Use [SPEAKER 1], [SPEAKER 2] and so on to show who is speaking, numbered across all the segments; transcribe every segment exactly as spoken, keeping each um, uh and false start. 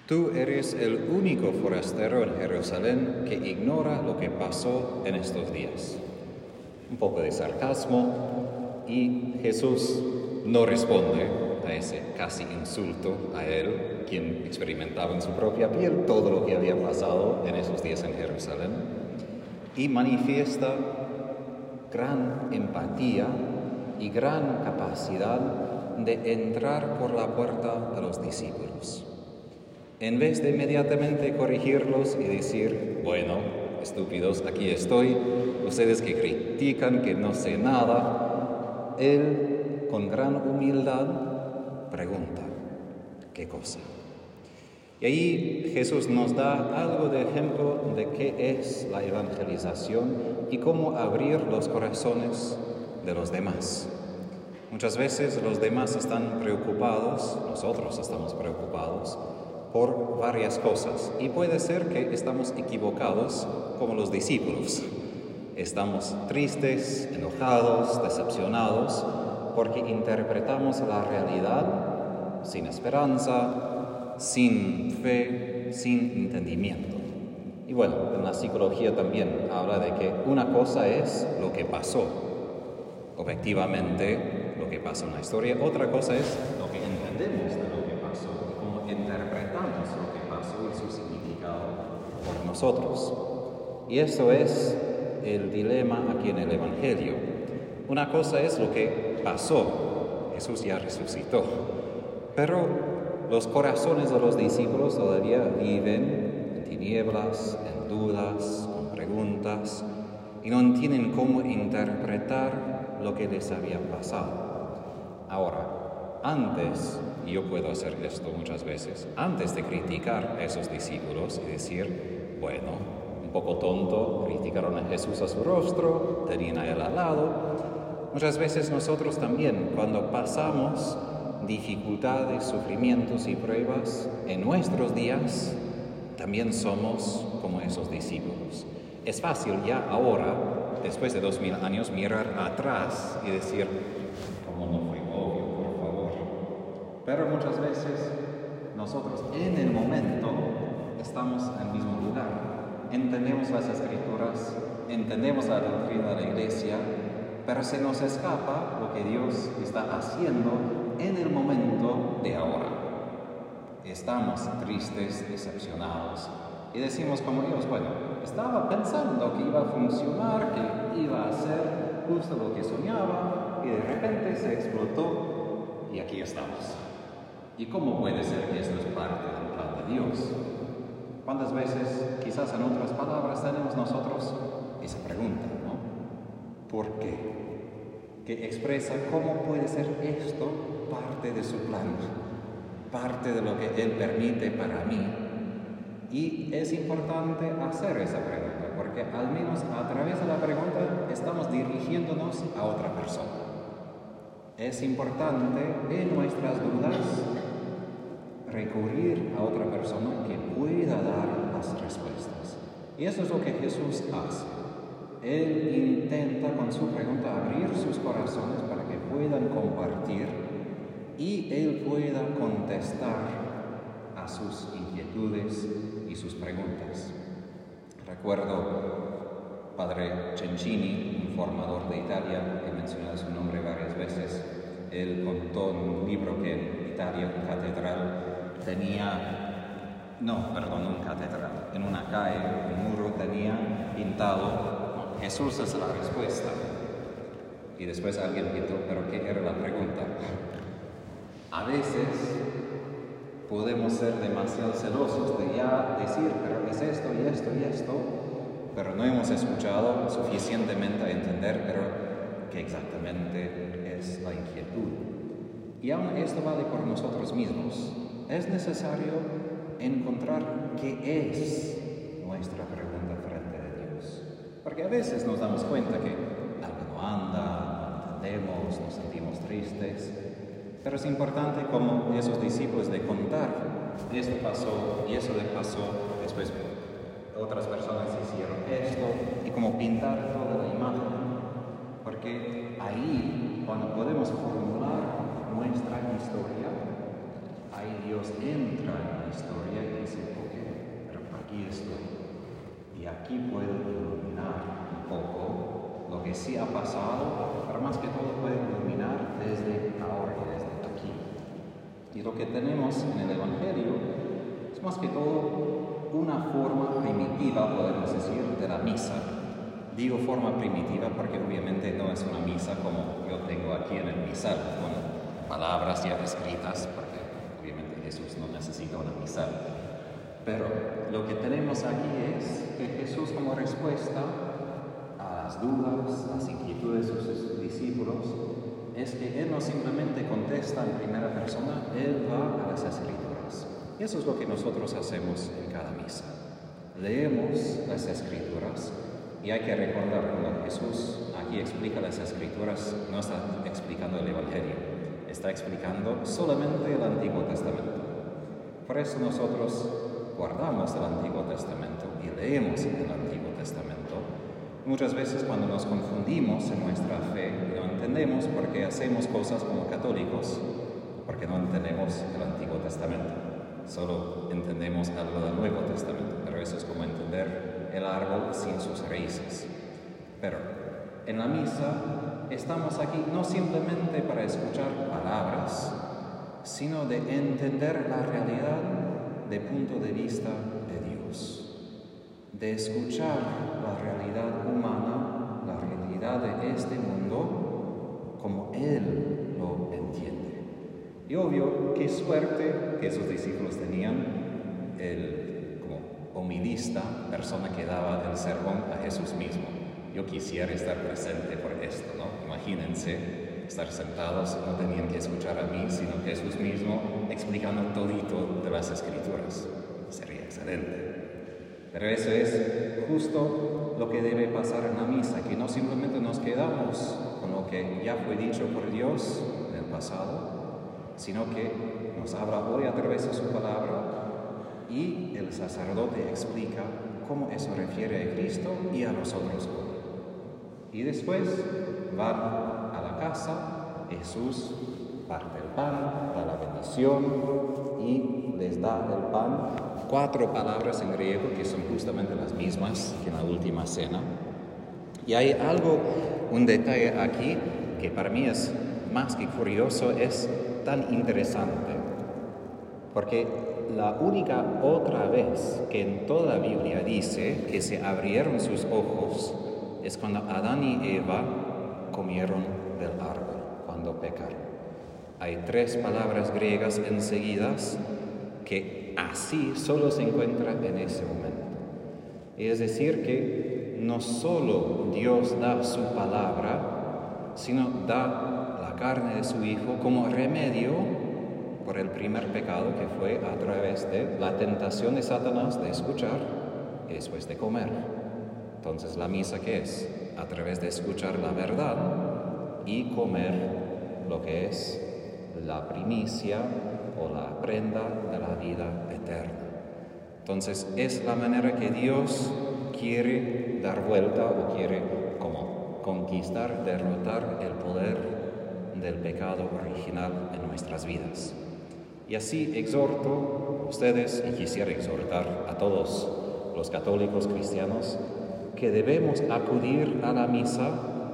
[SPEAKER 1] Tú eres el único forastero en Jerusalén que ignora lo que pasó en estos días. Un poco de sarcasmo, y Jesús no responde a ese casi insulto a él, quien experimentaba en su propia piel todo lo que había pasado en esos días en Jerusalén, y manifiesta gran empatía y gran capacidad de entrar por la puerta de los discípulos. En vez de inmediatamente corregirlos y decir, bueno, estúpidos, aquí estoy, ustedes que critican que no sé nada, él con gran humildad pregunta, ¿qué cosa? Y ahí Jesús nos da algo de ejemplo de qué es la evangelización y cómo abrir los corazones de los demás. Muchas veces los demás están preocupados, nosotros estamos preocupados, por varias cosas. Y puede ser que estamos equivocados como los discípulos. Estamos tristes, enojados, decepcionados, porque interpretamos la realidad sin esperanza, sin fe, sin entendimiento. Y bueno, en la psicología también habla de que una cosa es lo que pasó, objetivamente lo que pasó en la historia, otra cosa es lo que entendemos de lo que pasó, cómo interpretamos lo que pasó y su significado por nosotros. Y eso es el dilema aquí en el Evangelio. Una cosa es lo que pasó, Jesús ya resucitó, pero los corazones de los discípulos todavía viven en tinieblas, en dudas, con preguntas, y no tienen cómo interpretar lo que les había pasado. Ahora, antes, y yo puedo hacer esto muchas veces, antes de criticar a esos discípulos y decir, bueno, un poco tonto, criticaron a Jesús a su rostro, tenían a él al lado. Muchas veces nosotros también, cuando pasamos dificultades, sufrimientos y pruebas en nuestros días, también somos como esos discípulos. Es fácil ya ahora, después de dos mil años, mirar atrás y decir, ¿cómo no fue obvio, por favor? Pero muchas veces nosotros en el momento estamos en el mismo lugar. Entendemos las Escrituras, entendemos la doctrina de la Iglesia, pero se nos escapa lo que Dios está haciendo en el momento de ahora. Estamos tristes, decepcionados, y decimos como Dios, bueno, estaba pensando que iba a funcionar, que iba a hacer justo lo que soñaba, y de repente se explotó, y aquí estamos. ¿Y cómo puede ser que esto es parte del plan de Dios? ¿Cuántas veces, quizás en otras palabras, tenemos nosotros esa pregunta, ¿no? ¿Por qué? Que expresa cómo puede ser esto parte de su plan, parte de lo que Él permite para mí. Y es importante hacer esa pregunta, porque al menos a través de la pregunta estamos dirigiéndonos a otra persona. Es importante en nuestras dudas recurrir a otra persona que pueda dar las respuestas. Y eso es lo que Jesús hace. Él intenta con su pregunta abrir sus corazones para que puedan compartir y Él pueda contestar a sus inquietudes y sus preguntas. Recuerdo Padre Cencini, un formador de Italia, he mencionado su nombre varias veces. Él contó en un libro que en Italia, un catedral, tenía, no, perdón, un catedral, en una calle, un muro tenía pintado, Jesús es la respuesta. Y después alguien pintó, pero ¿qué era la pregunta? A veces podemos ser demasiado celosos de ya decir, pero es esto y esto y esto, pero no hemos escuchado suficientemente a entender, pero qué exactamente es la inquietud. Y aún esto vale por nosotros mismos. Es necesario encontrar qué es nuestra pregunta frente a Dios. Porque a veces nos damos cuenta que algo no anda, no entendemos, nos sentimos tristes. Pero es importante, como esos discípulos, de contar, esto pasó y eso le pasó, después otras personas hicieron esto, y como pintar toda la imagen. Porque ahí, cuando podemos formular nuestra historia, ahí Dios entra en la historia y aquí puedo iluminar un poco lo que sí ha pasado, pero más que todo puedo iluminar desde ahora y desde aquí. Y lo que tenemos en el Evangelio es más que todo una forma primitiva, podemos decir, de la misa. Digo forma primitiva porque obviamente no es una misa como yo tengo aquí en el misal, con palabras ya escritas, porque obviamente Jesús no necesita una misal. Pero lo que tenemos aquí es que Jesús, como respuesta a las dudas, las inquietudes de sus discípulos, es que Él no simplemente contesta en primera persona, Él va a las Escrituras. Y eso es lo que nosotros hacemos en cada misa. Leemos las Escrituras y hay que recordar cuando Jesús aquí explica las Escrituras, no está explicando el Evangelio, está explicando solamente el Antiguo Testamento. Por eso nosotros guardamos el Antiguo Testamento y leemos el Antiguo Testamento. Muchas veces cuando nos confundimos en nuestra fe, no entendemos por qué hacemos cosas como católicos, porque no entendemos el Antiguo Testamento. Solo entendemos algo del Nuevo Testamento, pero eso es como entender el árbol sin sus raíces. Pero en la misa estamos aquí no simplemente para escuchar palabras, sino de entender la realidad de punto de vista de Dios, de escuchar la realidad humana, la realidad de este mundo, como Él lo entiende. Y obvio, qué suerte que esos discípulos tenían el como homilista, persona que daba el sermón a Jesús mismo. Yo quisiera estar presente por esto, ¿no? Imagínense estar sentados y no tenían que escuchar a mí, sino Jesús mismo explicando todito de las Escrituras. Sería excelente. Pero eso es justo lo que debe pasar en la misa, que no simplemente nos quedamos con lo que ya fue dicho por Dios en el pasado, sino que nos habla hoy a través de su palabra y el sacerdote explica cómo eso refiere a Cristo y a nosotros hoy. Y después van a la casa, Jesús parte el pan, da la bendición y les da el pan. Cuatro palabras en griego que son justamente las mismas que en la última cena. Y hay algo, un detalle aquí que para mí es más que curioso, es tan interesante, porque la única otra vez que en toda la Biblia dice que se abrieron sus ojos es cuando Adán y Eva comieron del árbol, cuando pecaron. Hay tres palabras griegas enseguidas que así solo se encuentran en ese momento. Es decir, que no solo Dios da su palabra, sino da la carne de su Hijo como remedio por el primer pecado, que fue a través de la tentación de Satanás de escuchar y después de comer. Entonces, ¿la misa qué es? A través de escuchar la verdad y comer lo que es la primicia o la prenda de la vida eterna. Entonces, es la manera que Dios quiere dar vuelta o quiere como conquistar, derrotar el poder del pecado original en nuestras vidas. Y así exhorto a ustedes y quisiera exhortar a todos los católicos cristianos que debemos acudir a la misa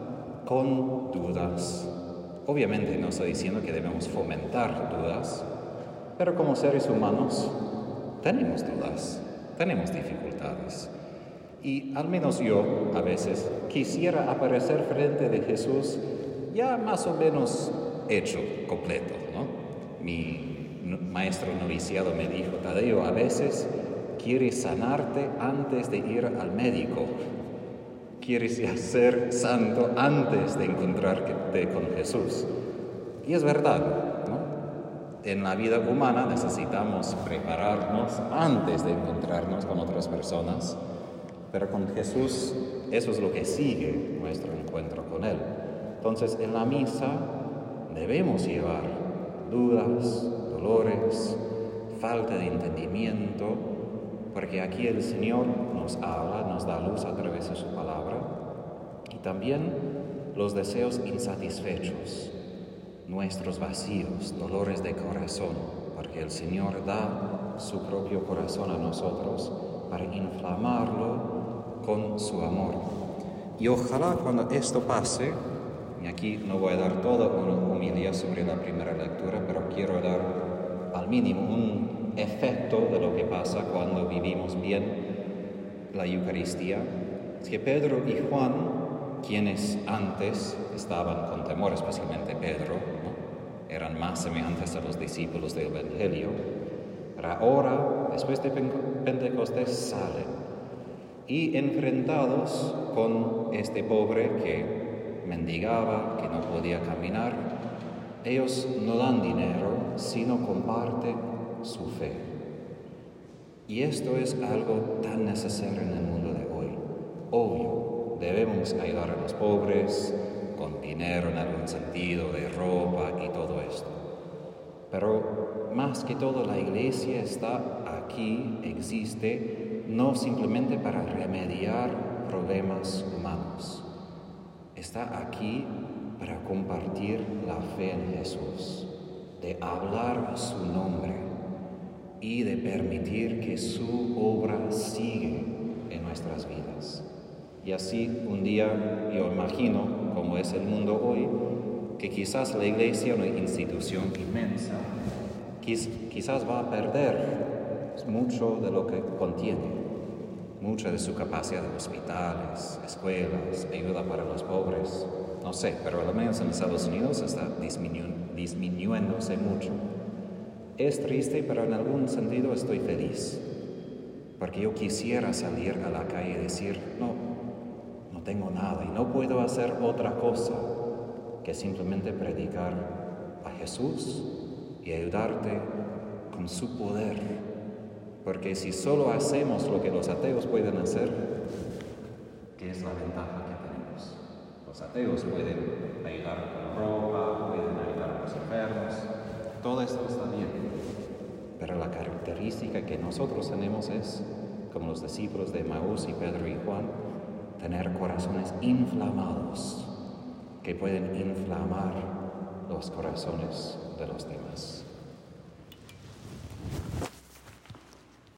[SPEAKER 1] con dudas. Obviamente no estoy diciendo que debemos fomentar dudas, pero como seres humanos tenemos dudas, tenemos dificultades. Y al menos yo a veces quisiera aparecer frente de Jesús ya más o menos hecho, completo, ¿no? Mi maestro noviciado me dijo, Tadeo, a veces quieres sanarte antes de ir al médico. Quieres ya ser santo antes de encontrarte con Jesús. Y es verdad, ¿no? En la vida humana necesitamos prepararnos antes de encontrarnos con otras personas, pero con Jesús eso es lo que sigue nuestro encuentro con Él. Entonces, en la misa debemos llevar dudas, dolores, falta de entendimiento, porque aquí el Señor nos habla, nos da luz a través de su palabra, y también los deseos insatisfechos, nuestros vacíos, dolores de corazón, porque el Señor da su propio corazón a nosotros para inflamarlo con su amor. Y ojalá cuando esto pase, y aquí no voy a dar toda una homilía sobre la primera lectura, pero quiero dar al mínimo un efecto de lo que pasa cuando vivimos bien la Eucaristía. Es que Pedro y Juan, quienes antes estaban con temor, especialmente Pedro, ¿no?, eran más semejantes a los discípulos del Evangelio, pero ahora, después de Pentecostés, salen y enfrentados con este pobre que mendigaba, que no podía caminar, ellos no dan dinero, sino comparten su fe. Y esto es algo tan necesario en el mundo de hoy. Obvio, debemos ayudar a los pobres con dinero en algún sentido, de ropa y todo esto. Pero más que todo, la Iglesia está aquí, existe, no simplemente para remediar problemas humanos. Está aquí para compartir la fe en Jesús, de hablar su nombre y de permitir que su obra siga en nuestras vidas. Y así un día, yo imagino, como es el mundo hoy, que quizás la Iglesia, una institución inmensa, quiz, quizás va a perder mucho de lo que contiene, mucha de su capacidad de hospitales, escuelas, ayuda para los pobres, no sé, pero al menos en Estados Unidos está disminu disminuyéndose mucho. Es triste, pero en algún sentido estoy feliz, porque yo quisiera salir a la calle y decir, no, no tengo nada y no puedo hacer otra cosa que simplemente predicar a Jesús y ayudarte con su poder. Porque si solo hacemos lo que los ateos pueden hacer, ¿qué es la ventaja que tenemos? Los ateos pueden ayudar con ropa, pueden ayudar a los enfermos, todo esto está bien. Pero la característica que nosotros tenemos es, como los discípulos de Maús y Pedro y Juan, tener corazones inflamados, que pueden inflamar los corazones de los demás.